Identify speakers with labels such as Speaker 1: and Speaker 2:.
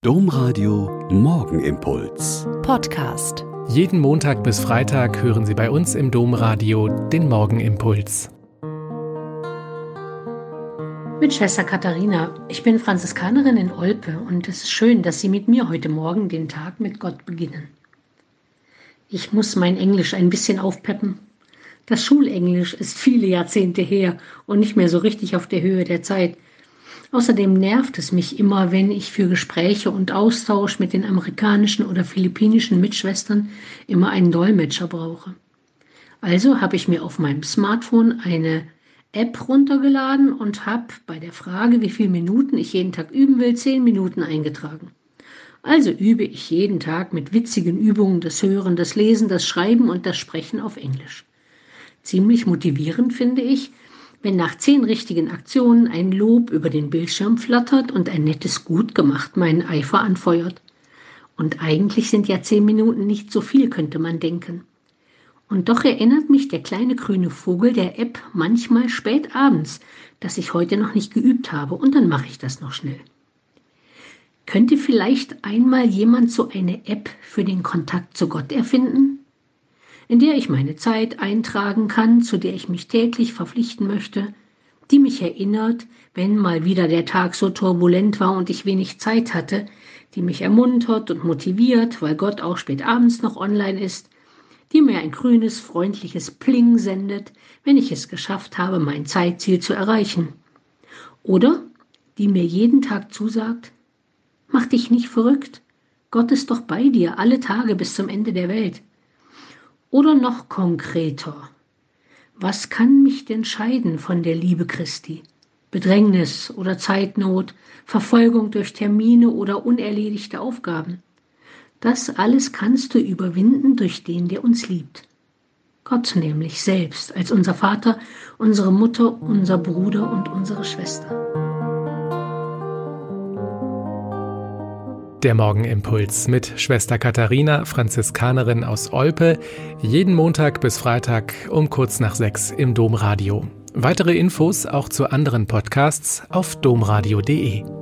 Speaker 1: Domradio Morgenimpuls.
Speaker 2: Podcast.
Speaker 3: Jeden Montag bis Freitag hören Sie bei uns im Domradio den Morgenimpuls.
Speaker 4: Mit Schwester Katharina. Ich bin Franziskanerin in Olpe und es ist schön, dass Sie mit mir heute Morgen den Tag mit Gott beginnen. Ich muss mein Englisch ein bisschen aufpeppen. Das Schulenglisch ist viele Jahrzehnte her und nicht mehr so richtig auf der Höhe der Zeit. Außerdem nervt es mich immer, wenn ich für Gespräche und Austausch mit den amerikanischen oder philippinischen Mitschwestern immer einen Dolmetscher brauche. Also habe ich mir auf meinem Smartphone eine App runtergeladen und habe bei der Frage, wie viele Minuten ich jeden Tag üben will, 10 Minuten eingetragen. Also übe ich jeden Tag mit witzigen Übungen das Hören, das Lesen, das Schreiben und das Sprechen auf Englisch. Ziemlich motivierend finde ich, wenn nach 10 richtigen Aktionen ein Lob über den Bildschirm flattert und ein nettes Gut gemacht meinen Eifer anfeuert. Und eigentlich sind ja 10 Minuten nicht so viel, könnte man denken. Und doch erinnert mich der kleine grüne Vogel der App manchmal spät abends, dass ich heute noch nicht geübt habe, und dann mache ich das noch schnell. Könnte vielleicht einmal jemand so eine App für den Kontakt zu Gott erfinden, in der ich meine Zeit eintragen kann, zu der ich mich täglich verpflichten möchte, die mich erinnert, wenn mal wieder der Tag so turbulent war und ich wenig Zeit hatte, die mich ermuntert und motiviert, weil Gott auch spät abends noch online ist, die mir ein grünes, freundliches Pling sendet, wenn ich es geschafft habe, mein Zeitziel zu erreichen. Oder die mir jeden Tag zusagt: Mach dich nicht verrückt, Gott ist doch bei dir alle Tage bis zum Ende der Welt. Oder noch konkreter: Was kann mich denn scheiden von der Liebe Christi? Bedrängnis oder Zeitnot, Verfolgung durch Termine oder unerledigte Aufgaben. Das alles kannst du überwinden durch den, der uns liebt. Gott nämlich selbst, als unser Vater, unsere Mutter, unser Bruder und unsere Schwester.
Speaker 3: Der Morgenimpuls mit Schwester Katharina, Franziskanerin aus Olpe, jeden Montag bis Freitag um kurz nach 6 im Domradio. Weitere Infos auch zu anderen Podcasts auf domradio.de.